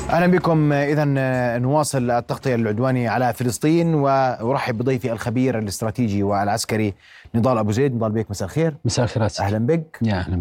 أهلا بكم. إذن نواصل التغطية العدواني على فلسطين، وأرحب بضيفي الخبير الاستراتيجي والعسكري نضال أبو زيد. نضال بك، مساء الخير. مساء الخير. أهلا بك. يا أهلا.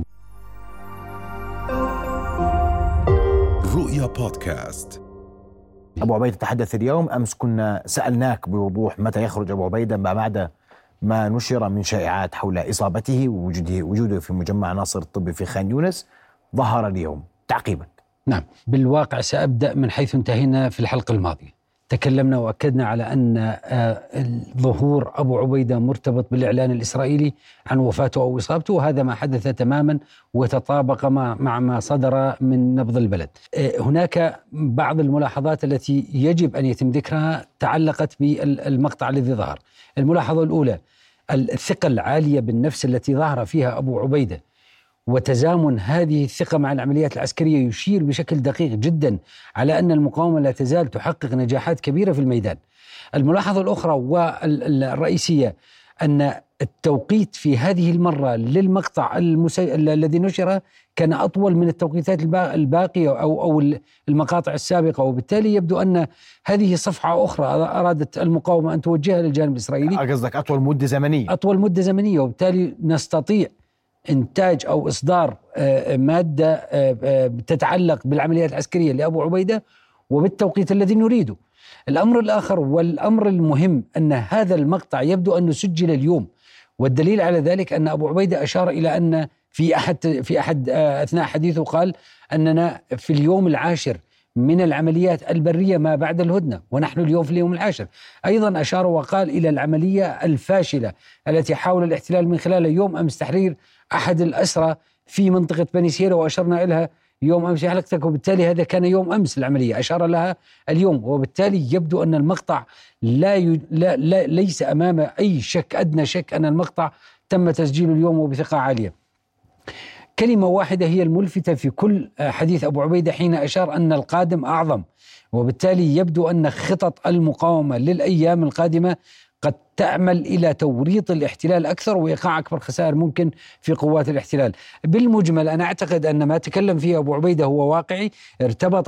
رؤيا بودكاست. أبو عبيدة تحدث اليوم. أمس كنا سألناك بوضوح متى يخرج أبو عبيدة بعد ما نشر من شائعات حول إصابته ووجوده في مجمع ناصر الطبي في خان يونس. ظهر اليوم. تعقيبا. نعم، بالواقع سأبدأ من حيث انتهينا في الحلقة الماضية. تكلمنا وأكدنا على أن ظهور أبو عبيدة مرتبط بالإعلان الإسرائيلي عن وفاته أو إصابته، وهذا ما حدث تماما وتطابق مع ما صدر من نبض البلد. هناك بعض الملاحظات التي يجب أن يتم ذكرها تعلقت بالمقطع الذي ظهر. الملاحظة الأولى: الثقة العالية بالنفس التي ظهر فيها أبو عبيدة، وتزامن هذه الثقة مع العمليات العسكرية يشير بشكل دقيق جدا على أن المقاومة لا تزال تحقق نجاحات كبيرة في الميدان. الملاحظة الأخرى والرئيسية أن التوقيت في هذه المرة للمقطع الذي نشر كان أطول من التوقيتات الباقية أو المقاطع السابقة، وبالتالي يبدو أن هذه صفحة أخرى أرادت المقاومة أن توجهها للجانب الإسرائيلي. قصدك أطول مدة زمنية، وبالتالي نستطيع إنتاج أو إصدار مادة تتعلق بالعمليات العسكرية لأبو عبيدة وبالتوقيت الذي نريده. الأمر الآخر والأمر المهم أن هذا المقطع يبدو أنه سجل اليوم، والدليل على ذلك أن أبو عبيدة أشار إلى أن في أحد أثناء حديثه قال أننا في اليوم العاشر من العمليات البرية ما بعد الهدنة، ونحن اليوم في اليوم العاشر. أيضا أشار وقال إلى العملية الفاشلة التي حاول الاحتلال من خلالها يوم أمس تحرير أحد الأسرى في منطقة بني سيرة، وأشرنا إليها يوم أمس في حلقتك، وبالتالي هذا كان يوم أمس العملية أشار لها اليوم. وبالتالي يبدو أن المقطع ليس أمام أي شك، أدنى شك، أن المقطع تم تسجيله اليوم وبثقة عالية. كلمة واحدة هي الملفتة في كل حديث أبو عبيدة حين أشار أن القادم أعظم، وبالتالي يبدو أن خطط المقاومة للأيام القادمة قد تعمل إلى توريط الاحتلال أكثر وإيقاع أكبر خسائر ممكن في قوات الاحتلال. بالمجمل أنا أعتقد أن ما تكلم فيه أبو عبيدة هو واقعي، ارتبط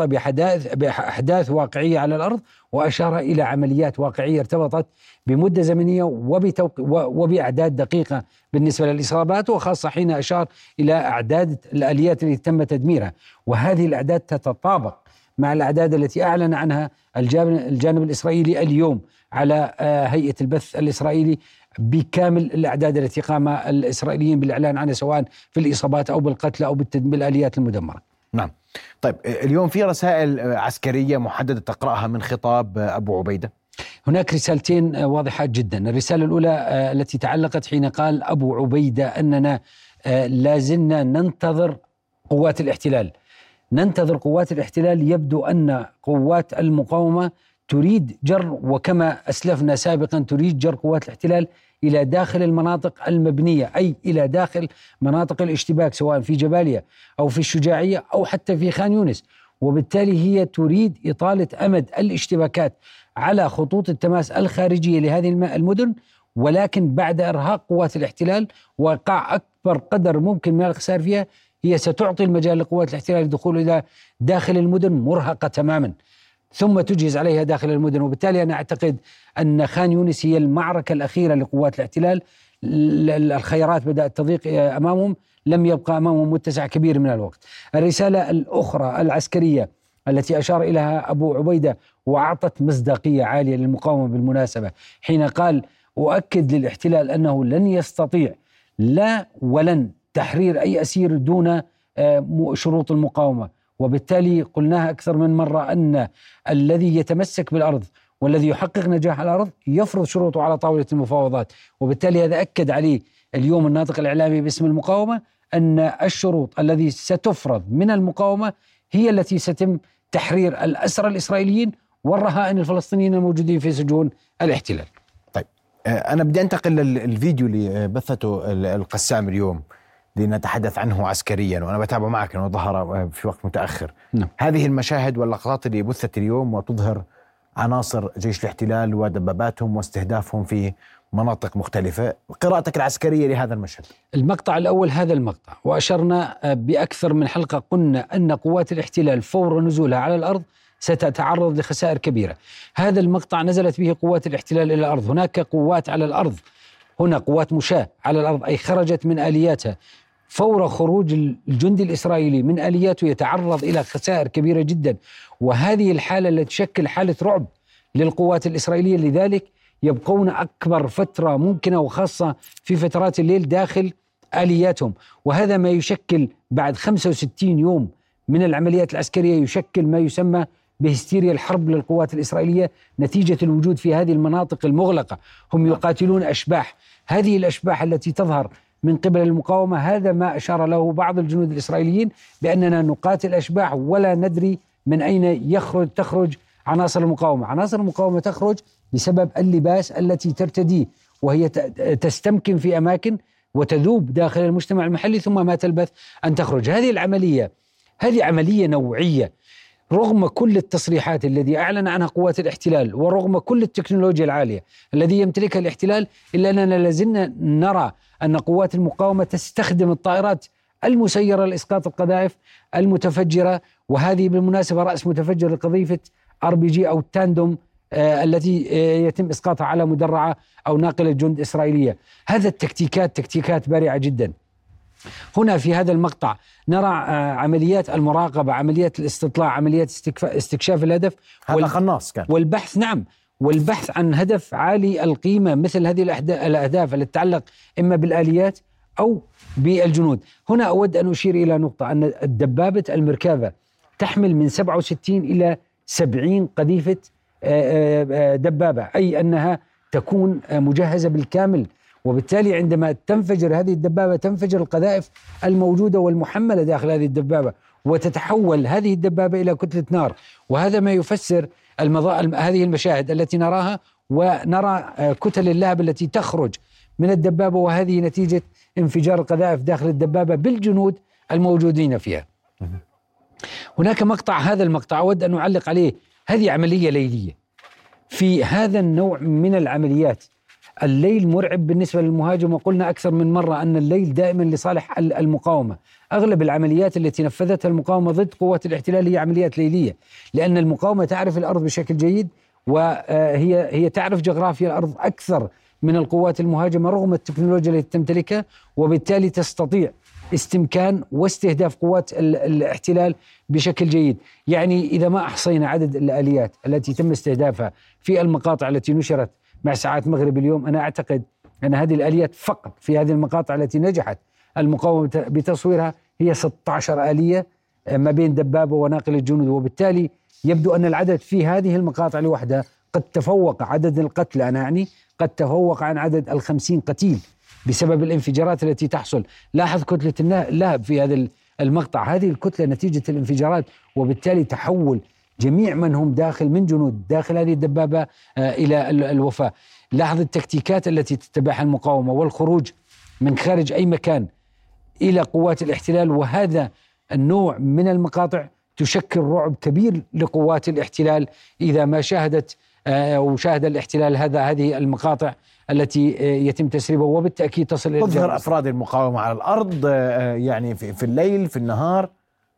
بأحداث واقعية على الأرض، وأشار إلى عمليات واقعية ارتبطت بمدة زمنية وبأعداد دقيقة بالنسبة للإصابات، وخاصة حين أشار إلى أعداد الآليات التي تم تدميرها، وهذه الأعداد تتطابق مع الأعداد التي أعلن عنها الجانب الإسرائيلي اليوم على هيئة البث الإسرائيلي بكامل الأعداد التي قام الإسرائيليين بالإعلان عنها، سواء في الإصابات أو بالقتلى أو بالآليات المدمرة. نعم. طيب، اليوم في رسائل عسكرية محددة تقرأها من خطاب أبو عبيدة؟ هناك رسالتين واضحات جدا. الرسالة الأولى التي تعلقت حين قال أبو عبيدة أننا لازلنا ننتظر قوات الاحتلال. ننتظر قوات الاحتلال. يبدو أن قوات المقاومة تريد جر، وكما أسلفنا سابقا تريد جر قوات الاحتلال إلى داخل المناطق المبنية، أي إلى داخل مناطق الاشتباك، سواء في جباليا أو في الشجاعية أو حتى في خان يونس. وبالتالي هي تريد إطالة أمد الاشتباكات على خطوط التماس الخارجية لهذه المدن، ولكن بعد إرهاق قوات الاحتلال وإيقاع أكبر قدر ممكن من الخسائر فيها، هي ستعطي المجال لقوات الاحتلال للدخول إلى داخل المدن مرهقة تماما، ثم تجهز عليها داخل المدن. وبالتالي أنا أعتقد أن خان يونس هي المعركة الأخيرة لقوات الاحتلال. الخيارات بدأت تضيق أمامهم، لم يبقى أمامهم متسع كبير من الوقت. الرسالة الأخرى العسكرية التي أشار إليها أبو عبيدة وأعطت مصداقية عالية للمقاومة بالمناسبة، حين قال: أؤكد للاحتلال أنه لن يستطيع لا ولن تحرير أي أسير دون شروط المقاومة. وبالتالي قلناها أكثر من مرة أن الذي يتمسك بالأرض والذي يحقق نجاح على الأرض يفرض شروطه على طاولة المفاوضات. وبالتالي هذا أكد عليه اليوم الناطق الإعلامي باسم المقاومة، أن الشروط التي ستفرض من المقاومة هي التي ستم تحرير الأسرى الإسرائيليين والرهائن الفلسطينيين الموجودين في سجون الاحتلال. طيب، أنا بدي أنتقل للفيديو اللي بثته القسام اليوم لنتحدث عنه عسكريا، وأنا بتابع معك أنه ظهر في وقت متأخر. نعم. هذه المشاهد واللقطات اللي بثت اليوم وتظهر عناصر جيش الاحتلال ودباباتهم واستهدافهم في مناطق مختلفة، قراءتك العسكرية لهذا المشهد؟ المقطع الأول هذا المقطع، وأشرنا بأكثر من حلقة، قلنا أن قوات الاحتلال فور نزولها على الأرض ستتعرض لخسائر كبيرة. هذا المقطع نزلت به قوات الاحتلال إلى الأرض، هناك قوات على الأرض، هنا قوات مشاة على الأرض، أي خرجت من آلياتها. فور خروج الجندي الإسرائيلي من آلياته يتعرض إلى خسائر كبيرة جدا، وهذه الحالة التي تشكل حالة رعب للقوات الإسرائيلية. لذلك يبقون أكبر فترة ممكنة، وخاصة في فترات الليل، داخل آلياتهم، وهذا ما يشكل بعد 65 يوم من العمليات العسكرية يشكل ما يسمى بهستيريا الحرب للقوات الإسرائيلية، نتيجة الوجود في هذه المناطق المغلقة. هم يقاتلون أشباح، هذه الأشباح التي تظهر من قبل المقاومة، هذا ما أشار له بعض الجنود الإسرائيليين بأننا نقاتل أشباح ولا ندري من أين تخرج عناصر المقاومة. عناصر المقاومة تخرج بسبب اللباس التي ترتديه، وهي تستمكن في أماكن وتذوب داخل المجتمع المحلي، ثم ما تلبث أن تخرج. هذه عملية نوعية، رغم كل التصريحات التي أعلن عنها قوات الاحتلال، ورغم كل التكنولوجيا العالية الذي يمتلكها الاحتلال، إلا أننا لازلنا نرى أن قوات المقاومة تستخدم الطائرات المسيرة لإسقاط القذائف المتفجرة، وهذه بالمناسبة رأس متفجر لقذيفة RPG أو التاندوم التي يتم إسقاطها على مدرعة أو ناقلة جند إسرائيلية. هذا تكتيكات بارعة جدا. هنا في هذا المقطع نرى عمليات المراقبة، عمليات الاستطلاع، عمليات استكشاف الهدف، هذا قناص كان، والبحث، نعم، والبحث عن هدف عالي القيمة مثل هذه الأهداف التي تتعلق إما بالآليات أو بالجنود. هنا أود أن أشير إلى نقطة، أن الدبابة المركبة تحمل من 67 إلى 70 قذيفة دبابة، أي أنها تكون مجهزة بالكامل، وبالتالي عندما تنفجر هذه الدبابة تنفجر القذائف الموجودة والمحملة داخل هذه الدبابة، وتتحول هذه الدبابة إلى كتلة نار. وهذا ما يفسر هذه المشاهد التي نراها، ونرى كتل اللهب التي تخرج من الدبابة، وهذه نتيجة انفجار القذائف داخل الدبابة بالجنود الموجودين فيها. هناك مقطع، هذا المقطع أود أن أعلق عليه، هذه عملية ليلية. في هذا النوع من العمليات الليل مرعب بالنسبة للمهاجم، وقلنا أكثر من مرة أن الليل دائما لصالح المقاومة. أغلب العمليات التي نفذتها المقاومة ضد قوات الاحتلال هي عمليات ليلية، لأن المقاومة تعرف الأرض بشكل جيد، وهي تعرف جغرافيا الأرض أكثر من القوات المهاجمة رغم التكنولوجيا التي تمتلكها، وبالتالي تستطيع استمكان واستهداف قوات الاحتلال بشكل جيد. يعني إذا ما أحصينا عدد الآليات التي تم استهدافها في المقاطع التي نشرت مع ساعات مغرب اليوم، أنا أعتقد أن هذه الآليات فقط في هذه المقاطع التي نجحت المقاومة بتصويرها هي 16 آلية ما بين دبابة وناقل الجنود، وبالتالي يبدو أن العدد في هذه المقاطع لوحدها قد تفوق عدد القتلى، أنا يعني قد تفوق عن عدد 50 قتيل بسبب الانفجارات التي تحصل. لاحظ كتلة اللهب في هذا المقطع، هذه الكتلة نتيجة الانفجارات، وبالتالي تحول جميع من هم داخل من جنود داخل هذه الدبابة إلى الوفاة. لاحظ التكتيكات التي تتبعها المقاومة، والخروج من خارج أي مكان إلى قوات الاحتلال، وهذا النوع من المقاطع تشكل رعب كبير لقوات الاحتلال إذا ما شاهدت وشاهد الاحتلال هذه المقاطع التي يتم تسريبها، وبالتأكيد تصل إلى تظهر أفراد المقاومة على الأرض يعني في الليل في النهار.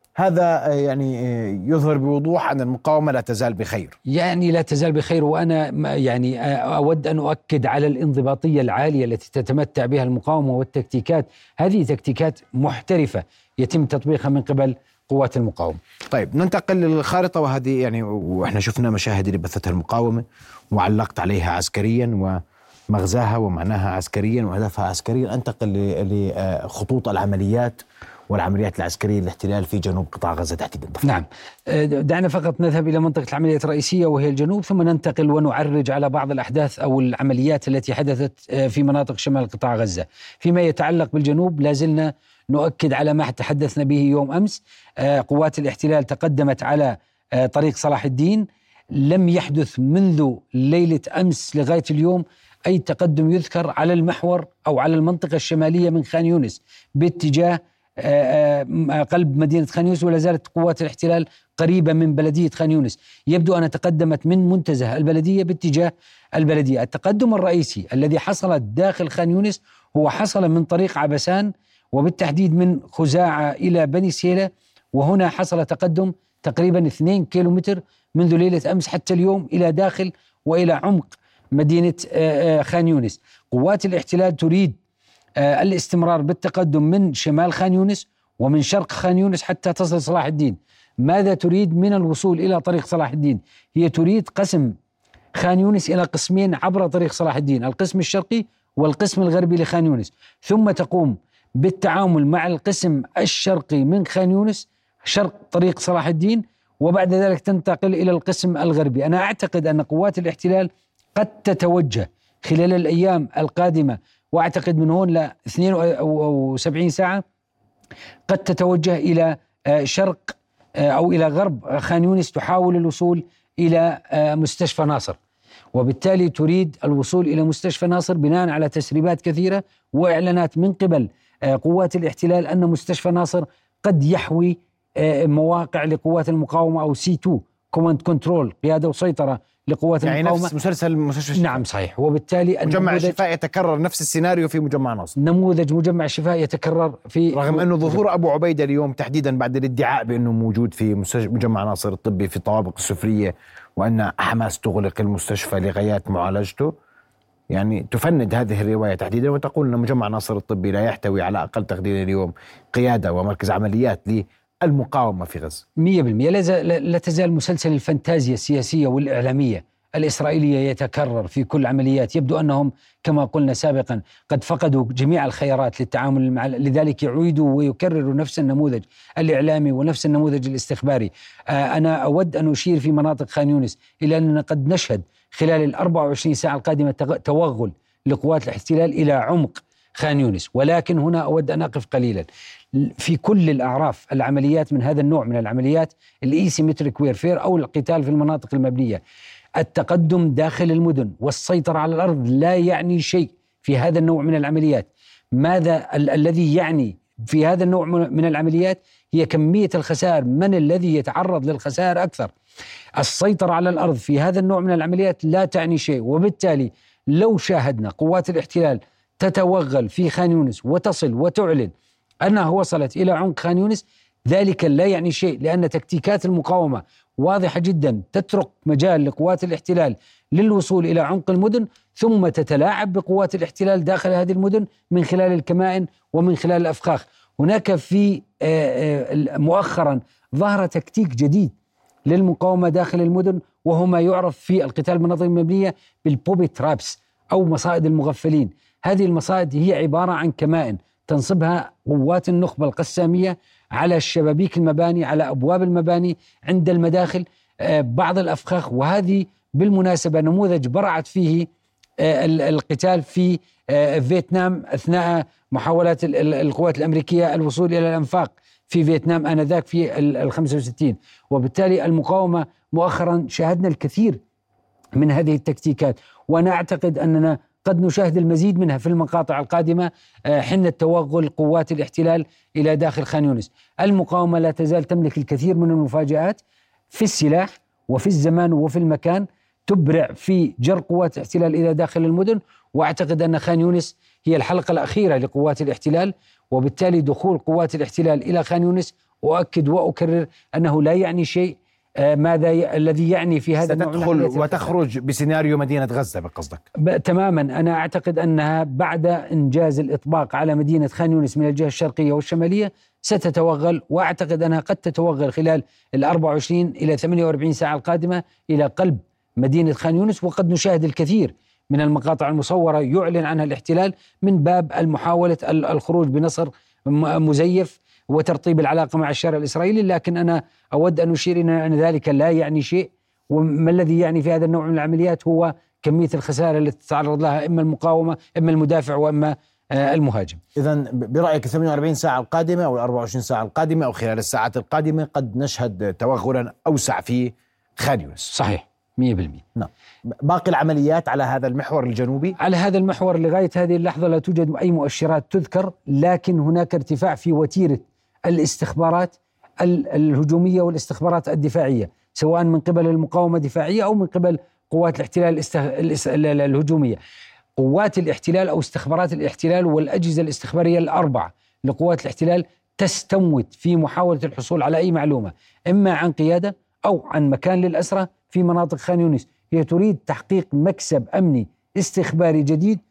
هذا يعني يظهر بوضوح أن المقاومة لا تزال بخير، يعني لا تزال بخير. وأنا يعني أود أن أؤكد على الانضباطية العالية التي تتمتع بها المقاومة والتكتيكات، هذه تكتيكات محترفة يتم تطبيقها من قبل قوات المقاومة. طيب ننتقل للخارطة، وهذه يعني وإحنا شفنا مشاهد اللي بثتها المقاومة وعلقت عليها عسكريا ومغزاها ومعناها عسكريا وهدفها عسكريا. أنتقل لخطوط العمليات والعمليات العسكرية للاحتلال في جنوب قطاع غزة تحديدا. نعم، دعنا فقط نذهب إلى منطقة العمليات الرئيسية وهي الجنوب، ثم ننتقل ونعرج على بعض الأحداث أو العمليات التي حدثت في مناطق شمال قطاع غزة. فيما يتعلق بالجنوب لازلنا نؤكد على ما تحدثنا به يوم أمس. قوات الاحتلال تقدمت على طريق صلاح الدين، لم يحدث منذ ليلة أمس لغاية اليوم أي تقدم يذكر على المحور أو على المنطقة الشمالية من خان يونس باتجاه قلب مدينة خان يونس، ولا زالت قوات الاحتلال قريبة من بلدية خان يونس. يبدو أنها تقدمت من منتزه البلدية باتجاه البلدية. التقدم الرئيسي الذي حصل داخل خان يونس هو حصل من طريق عبسان، وبالتحديد من خزاعة إلى بني سيلة، وهنا حصل تقدم تقريبا 2 كيلومتر منذ ليلة أمس حتى اليوم إلى داخل وإلى عمق مدينة خان يونس. قوات الاحتلال تريد الاستمرار بالتقدم من شمال خان يونس ومن شرق خان يونس حتى تصل صلاح الدين. ماذا تريد من الوصول إلى طريق صلاح الدين؟ هي تريد قسم خان يونس إلى قسمين عبر طريق صلاح الدين، القسم الشرقي والقسم الغربي لخان يونس، ثم تقوم بالتعامل مع القسم الشرقي من خان يونس شرق طريق صلاح الدين، وبعد ذلك تنتقل إلى القسم الغربي. أنا أعتقد أن قوات الاحتلال قد تتوجه خلال الأيام القادمة، وأعتقد من هون ل 72 ساعة قد تتوجه إلى شرق أو إلى غرب خان يونس، تحاول الوصول إلى مستشفى ناصر، وبالتالي تريد الوصول إلى مستشفى ناصر بناء على تسريبات كثيرة وإعلانات من قبل قوات الاحتلال أن مستشفى ناصر قد يحوي مواقع لقوات المقاومة أو C2 كوماند كنترول، قيادة وسيطرة لقوات المقاومة. نفس مسلسل مستشفى الشفاء. نعم صحيح. وبالتالي مجمع الشفاء يتكرر نفس السيناريو في مجمع ناصر. نموذج مجمع الشفاء يتكرر في، رغم أنه ظهور أبو عبيدة اليوم تحديدا بعد الادعاء بأنه موجود في مجمع ناصر الطبي في الطوابق السفلية، وأن حماس تغلق المستشفى لغايات معالجته، يعني تفند هذه الرواية تحديدا وتقول أن مجمع ناصر الطبي لا يحتوي على أقل تقدير اليوم قيادة ومركز عمليات للمقاومة في غزة. 100% لا تزال مسلسل الفانتازيا السياسية والإعلامية الإسرائيلية يتكرر في كل عمليات. يبدو أنهم كما قلنا سابقا قد فقدوا جميع الخيارات للتعامل مع، لذلك يعيدوا ويكرروا نفس النموذج الإعلامي ونفس النموذج الاستخباري. أنا أود أن أشير في مناطق خان يونس إلى أننا قد نشهد خلال 24 ساعة القادمة توغل لقوات الاحتلال إلى عمق خان يونس، ولكن هنا أود أن أقف قليلا. في كل الأعراف العمليات من هذا النوع من العمليات الإيسيمتريك ويرفير أو القتال في المناطق المبنية، التقدم داخل المدن والسيطرة على الأرض لا يعني شيء في هذا النوع من العمليات. ماذا الذي يعني في هذا النوع من العمليات؟ هي كمية الخسائر، من الذي يتعرض للخسائر أكثر. السيطرة على الأرض في هذا النوع من العمليات لا تعني شيء، وبالتالي لو شاهدنا قوات الاحتلال تتوغل في خان يونس وتصل وتعلن أنها وصلت إلى عمق خان يونس، ذلك لا يعني شيء، لأن تكتيكات المقاومة واضحة جدا، تترك مجال لقوات الاحتلال للوصول إلى عمق المدن، ثم تتلاعب بقوات الاحتلال داخل هذه المدن من خلال الكمائن ومن خلال الأفخاخ. هناك في مؤخرا ظهر تكتيك جديد للمقاومة داخل المدن، وهو ما يعرف في القتال بالمناطق المبنية بالبوبي ترابس أو مصائد المغفلين. هذه المصائد هي عبارة عن كمائن تنصبها قوات النخبة القسامية على الشبابيك المباني، على أبواب المباني، عند المداخل، بعض الأفخاخ. وهذه بالمناسبة نموذج برعت فيه القتال في فيتنام أثناء محاولات القوات الأمريكية الوصول إلى الأنفاق في فيتنام آنذاك في 65. وبالتالي المقاومة مؤخرا شاهدنا الكثير من هذه التكتيكات، وأنا أعتقد أننا قد نشاهد المزيد منها في المقاطع القادمة حين توغل قوات الاحتلال إلى داخل خان يونس. المقاومة لا تزال تملك الكثير من المفاجآت في السلاح وفي الزمان وفي المكان، تبرع في جر قوات الاحتلال إلى داخل المدن، وأعتقد أن خان يونس هي الحلقة الأخيرة لقوات الاحتلال، وبالتالي دخول قوات الاحتلال إلى خان يونس أؤكد وأكرر أنه لا يعني شيء. ماذا الذي يعني في هذا ستدخل وتخرج بسيناريو مدينة غزة بقصدك؟ تماما. أنا أعتقد أنها بعد إنجاز الإطباق على مدينة خان يونس من الجهة الشرقية والشمالية ستتوغل، وأعتقد أنها قد تتوغل خلال 24 إلى 48 ساعة القادمة إلى قلب مدينة خان يونس. وقد نشاهد الكثير من المقاطع المصورة يعلن عنها الاحتلال من باب المحاولة الخروج بنصر مزيف وترطيب العلاقة مع الشارع الإسرائيلي، لكن أنا أود أن أشير إلى أن ذلك لا يعني شيء. وما الذي يعني في هذا النوع من العمليات هو كمية الخسائر التي تتعرض لها إما المقاومة إما المدافع وإما المهاجم. إذن برأيك 48 ساعة القادمة أو 24 ساعة القادمة أو خلال الساعات القادمة قد نشهد توغلا أوسع في خان يونس؟ صحيح 100%. نعم. باقي العمليات على هذا المحور الجنوبي؟ على هذا المحور لغاية هذه اللحظة لا توجد أي مؤشرات تذكر، لكن هناك ارتفاع في وتيرة الاستخبارات الهجومية والاستخبارات الدفاعية، سواء من قبل المقاومة الدفاعية أو من قبل قوات الاحتلال الهجومية. قوات الاحتلال أو استخبارات الاحتلال والأجهزة الاستخبارية الأربعة لقوات الاحتلال تستموت في محاولة الحصول على أي معلومة، إما عن قيادة أو عن مكان للأسرى في مناطق خان يونس. هي تريد تحقيق مكسب أمني استخباري جديد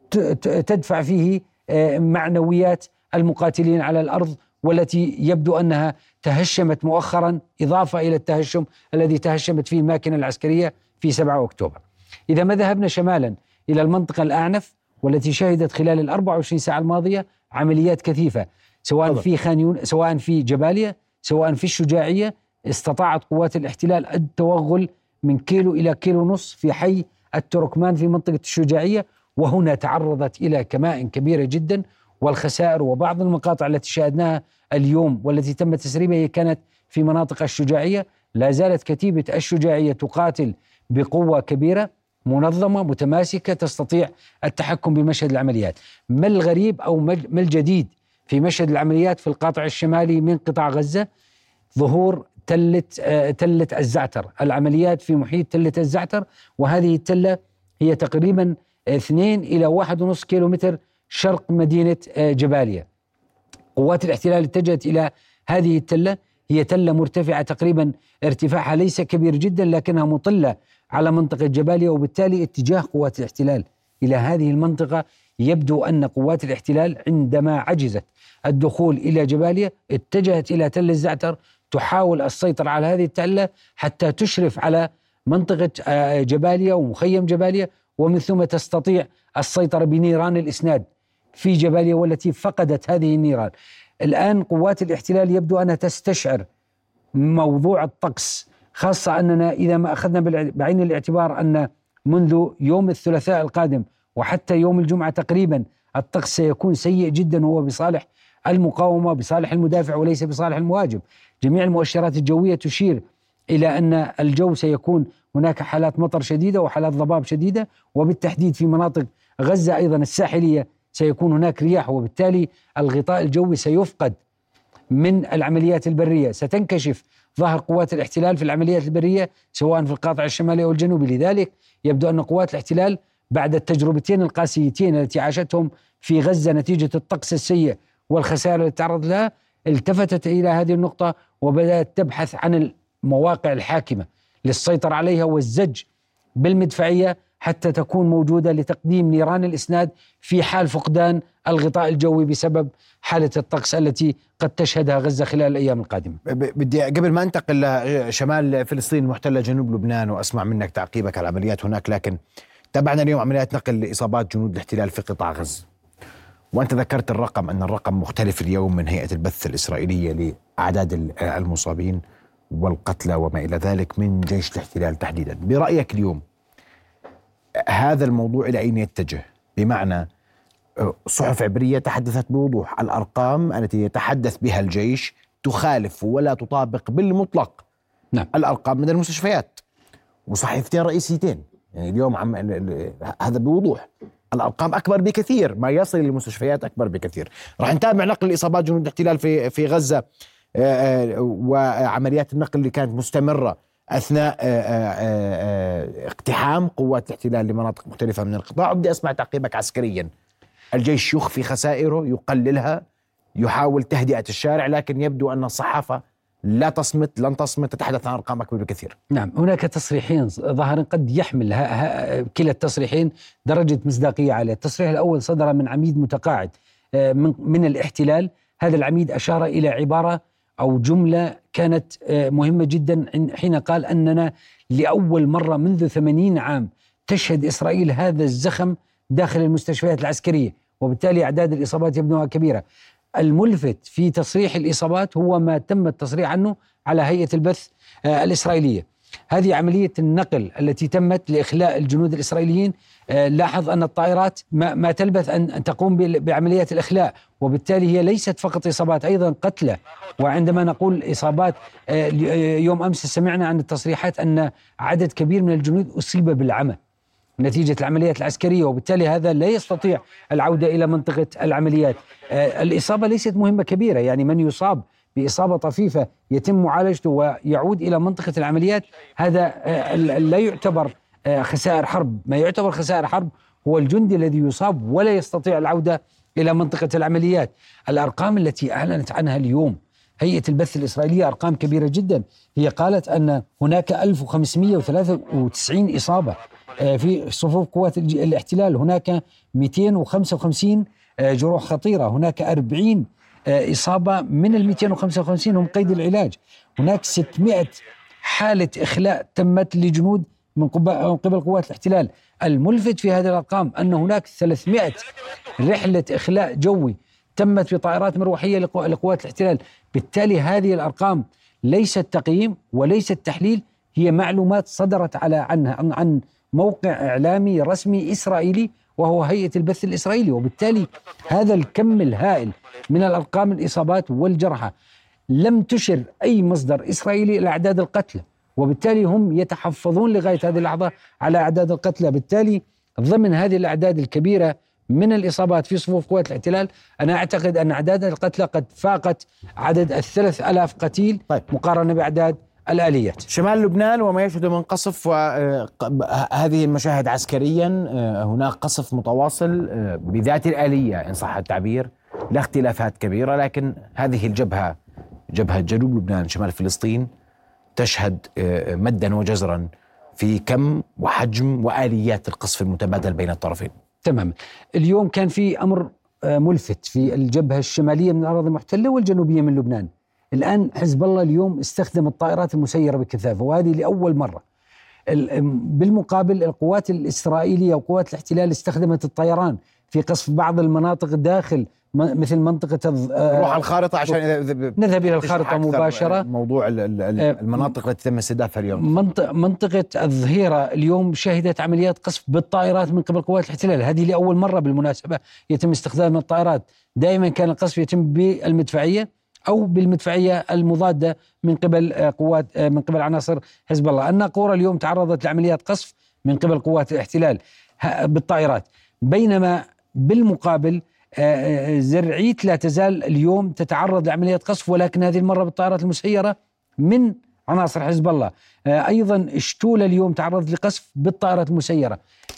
تدفع فيه معنويات المقاتلين على الأرض، والتي يبدو أنها تهشمت مؤخرا، إضافة إلى التهشم الذي تهشمت فيه الماكنة العسكرية في 7 أكتوبر. إذا ما ذهبنا شمالا إلى المنطقة الأعنف، والتي شهدت خلال 24 ساعة الماضية عمليات كثيفة، سواء في سواء في جباليا، سواء في الشجاعية، استطاعت قوات الاحتلال التوغل من كيلو إلى كيلو ونصف في حي التركمان في منطقة الشجاعية، وهنا تعرضت إلى كمائن كبيرة جدا، والخسائر وبعض المقاطع التي شاهدناها اليوم والتي تم تسريبها هي كانت في مناطق الشجاعية. لا زالت كتيبة الشجاعية تقاتل بقوة كبيرة منظمة متماسكة تستطيع التحكم بمشهد العمليات. ما الغريب أو ما الجديد في مشهد العمليات في القاطع الشمالي من قطاع غزة؟ ظهور تلة الزعتر، العمليات في محيط تلة الزعتر، وهذه التلة هي تقريبا 2 إلى 1.5 كيلومتر شرق مدينة جباليا. قوات الاحتلال اتجهت إلى هذه التلة، هي تلة مرتفعة تقريبا ارتفاعها ليس كبير جدا لكنها مطلة على منطقة جباليا، وبالتالي اتجاه قوات الاحتلال إلى هذه المنطقة يبدو أن قوات الاحتلال عندما عجزت الدخول إلى جباليا اتجهت إلى تل الزعتر تحاول السيطرة على هذه التلة حتى تشرف على منطقة جباليا ومخيم جباليا، ومن ثم تستطيع السيطرة بنيران الإسناد في جباليا والتي فقدت هذه النيران. الآن قوات الاحتلال يبدو أنها تستشعر موضوع الطقس، خاصة أننا إذا ما أخذنا بعين الاعتبار أن منذ يوم الثلاثاء القادم وحتى يوم الجمعة تقريبا الطقس سيكون سيء جدا، وهو بصالح المقاومة، بصالح المدافع وليس بصالح المهاجم. جميع المؤشرات الجوية تشير إلى أن الجو سيكون هناك حالات مطر شديدة وحالات ضباب شديدة، وبالتحديد في مناطق غزة أيضا الساحلية سيكون هناك رياح، وبالتالي الغطاء الجوي سيفقد من العمليات البرية. ستنكشف ظهر قوات الاحتلال في العمليات البرية سواء في القاطع الشمالي أو الجنوبي. لذلك يبدو أن قوات الاحتلال بعد التجربتين القاسيتين التي عاشتهم في غزة نتيجة الطقس السيء والخسائر التي تعرض لها، التفتت إلى هذه النقطة وبدأت تبحث عن المواقع الحاكمة للسيطرة عليها والزج بالمدفعية حتى تكون موجودة لتقديم نيران الإسناد في حال فقدان الغطاء الجوي بسبب حالة الطقس التي قد تشهدها غزة خلال الأيام القادمة. بدي قبل ما انتقل لشمال فلسطين المحتلة جنوب لبنان وأسمع منك تعقيبك على العمليات هناك، لكن تابعنا اليوم عمليات نقل لإصابات جنود الاحتلال في قطاع غزة، وأنت ذكرت الرقم أن الرقم مختلف اليوم من هيئة البث الإسرائيلية لأعداد المصابين والقتلى وما إلى ذلك من جيش الاحتلال تحديدا. برأيك اليوم هذا الموضوع إلى أين يتجه؟ بمعنى صحف عبرية تحدثت بوضوح الأرقام التي يتحدث بها الجيش تخالف ولا تطابق بالمطلق الأرقام من المستشفيات، وصحيفتين رئيسيتين يعني اليوم هذا بوضوح الأرقام أكبر بكثير، ما يصل للمستشفيات أكبر بكثير. راح نتابع نقل إصابات جنود الاحتلال في غزة وعمليات النقل اللي كانت مستمرة أثناء اقتحام قوات الاحتلال لمناطق مختلفة من القطاع. وبدي أسمع تعقيبك عسكريا. الجيش يخفي خسائره، يقللها، يحاول تهدئة الشارع، لكن يبدو أن الصحافة لن تصمت تتحدث عن أرقام أكبر بكثير. نعم، هناك تصريحين ظاهرا قد يحمل كلا التصريحين درجة مصداقية عالية. التصريح الأول صدر من عميد متقاعد من الاحتلال. هذا العميد أشار إلى عبارة أو جملة كانت مهمة جدا حين قال أننا لأول مرة منذ 80 عام تشهد إسرائيل هذا الزخم داخل المستشفيات العسكرية، وبالتالي أعداد الإصابات يبدو كبيرة. الملفت في تصريح الإصابات هو ما تم التصريح عنه على هيئة البث الإسرائيلية. هذه عملية النقل التي تمت لإخلاء الجنود الإسرائيليين. لاحظ أن الطائرات ما تلبث أن تقوم بعمليات الإخلاء، وبالتالي هي ليست فقط إصابات، أيضا قتلى. وعندما نقول إصابات، يوم أمس سمعنا عن التصريحات أن عدد كبير من الجنود أصيب بالعمى نتيجة العمليات العسكرية، وبالتالي هذا لا يستطيع العودة إلى منطقة العمليات. الإصابة ليست مهمة كبيرة، يعني من يصاب بإصابة طفيفة يتم معالجته ويعود إلى منطقة العمليات، هذا لا يعتبر خسائر حرب. ما يعتبر خسائر حرب هو الجندي الذي يصاب ولا يستطيع العودة إلى منطقة العمليات. الأرقام التي أعلنت عنها اليوم هيئة البث الإسرائيلية أرقام كبيرة جدا. هي قالت أن هناك 1593 إصابة في صفوف قوات الاحتلال، هناك 255 جروح خطيرة، هناك 40 إصابة من ال 255 هم قيد العلاج، هناك 600 حالة إخلاء تمت لجنود من قبل قوات الاحتلال. الملفت في هذه الأرقام أن هناك 300 رحلة إخلاء جوي تمت بطائرات مروحية لقوات الاحتلال. بالتالي هذه الأرقام ليست تقييم وليست تحليل، هي معلومات صدرت عن موقع إعلامي رسمي إسرائيلي وهو هيئة البث الإسرائيلي. وبالتالي هذا الكم الهائل من الأرقام الإصابات والجرحى لم تشر أي مصدر إسرائيلي إلى أعداد القتلى، وبالتالي هم يتحفظون لغاية هذه اللحظة على أعداد القتلى. بالتالي ضمن هذه الأعداد الكبيرة من الإصابات في صفوف قوات الاحتلال أنا أعتقد أن أعداد القتلى قد فاقت عدد 3000 قتيل مقارنة بأعداد الآليات. شمال لبنان وما يشهد من قصف، وهذه المشاهد عسكريا هناك قصف متواصل بذات الآلية إن صح التعبير، لا اختلافات كبيرة، لكن هذه الجبهة، جبهة جنوب لبنان شمال فلسطين، تشهد مدا وجزرا في كم وحجم وآليات القصف المتبادل بين الطرفين. تمام. اليوم كان في أمر ملفت في الجبهة الشمالية من الأراضي المحتلة والجنوبية من لبنان. الآن حزب الله اليوم استخدم الطائرات المسيرة بكثافة، وهذه لأول مرة. بالمقابل القوات الإسرائيلية وقوات الاحتلال استخدمت الطيران في قصف بعض المناطق داخل مثل منطقة نروح على الخارطة عشان نذهب إلى الخارطة مباشرة. موضوع المناطق التي تم استهدافها اليوم، منطقة الظهيرة اليوم شهدت عمليات قصف بالطائرات من قبل قوات الاحتلال، هذه لأول مرة بالمناسبة يتم استخدام الطائرات. دائما كان القصف يتم بالمدفعية أو بالمدفعية المضادة من قبل قوات من قبل عناصر حزب الله. الناقورة اليوم تعرضت لعمليات قصف من قبل قوات الاحتلال بالطائرات، بينما بالمقابل زرعيت لا تزال اليوم تتعرض لعمليات قصف، ولكن هذه المرة بالطائرات المسيرة من عناصر حزب الله. أيضا اشتول اليوم تعرض لقصف بالطائرات المسيرة.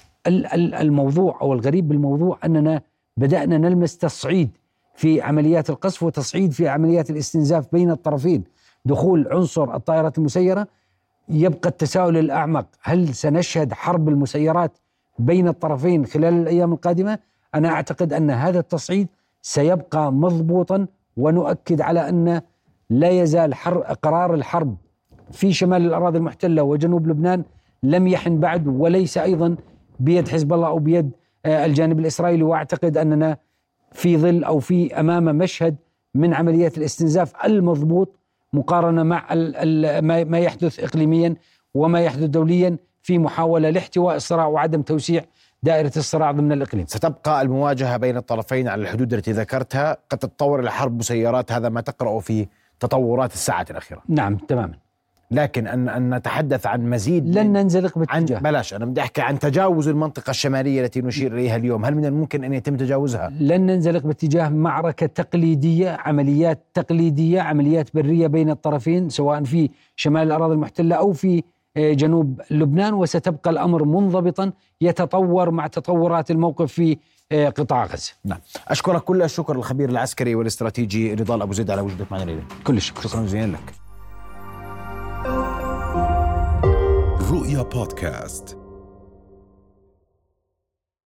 الموضوع أو الغريب بالموضوع أننا بدأنا نلمس تصعيد في عمليات القصف وتصعيد في عمليات الاستنزاف بين الطرفين. دخول عنصر الطائرات المسيرة، يبقى التساؤل الأعمق، هل سنشهد حرب المسيرات بين الطرفين خلال الأيام القادمة؟ أنا أعتقد أن هذا التصعيد سيبقى مضبوطا، ونؤكد على أن لا يزال قرار الحرب في شمال الأراضي المحتلة وجنوب لبنان لم يحن بعد، وليس أيضا بيد حزب الله أو بيد الجانب الإسرائيلي. وأعتقد أننا في ظل أو في أمام مشهد من عمليات الاستنزاف المضبوط مقارنة مع ما يحدث إقليميا وما يحدث دوليا في محاولة لاحتواء الصراع وعدم توسيع دائرة الصراع ضمن الإقليم. ستبقى المواجهة بين الطرفين على الحدود التي ذكرتها، قد تتطور إلى حرب مسيرات، هذا ما تقرأ في تطورات الساعة الأخيرة. نعم تماما. لكن أن نتحدث عن مزيد، لن ننزلق باتجاه، بلاش، أنا بدي أحكي عن تجاوز المنطقة الشمالية التي نشير إليها اليوم، هل من الممكن أن يتم تجاوزها؟ لن ننزلق باتجاه معركة تقليدية، عمليات تقليدية، عمليات برية بين الطرفين سواء في شمال الأراضي المحتلة أو في جنوب لبنان، وستبقى الأمر منضبطا يتطور مع تطورات الموقف في قطاع غزة. نعم. أشكرك كل الشكر الخبير العسكري والاستراتيجي رضال أبو زيد على وجودك معنا اليوم. كل الشكر. شكرا جزيلا لك. رؤيا بودكاست.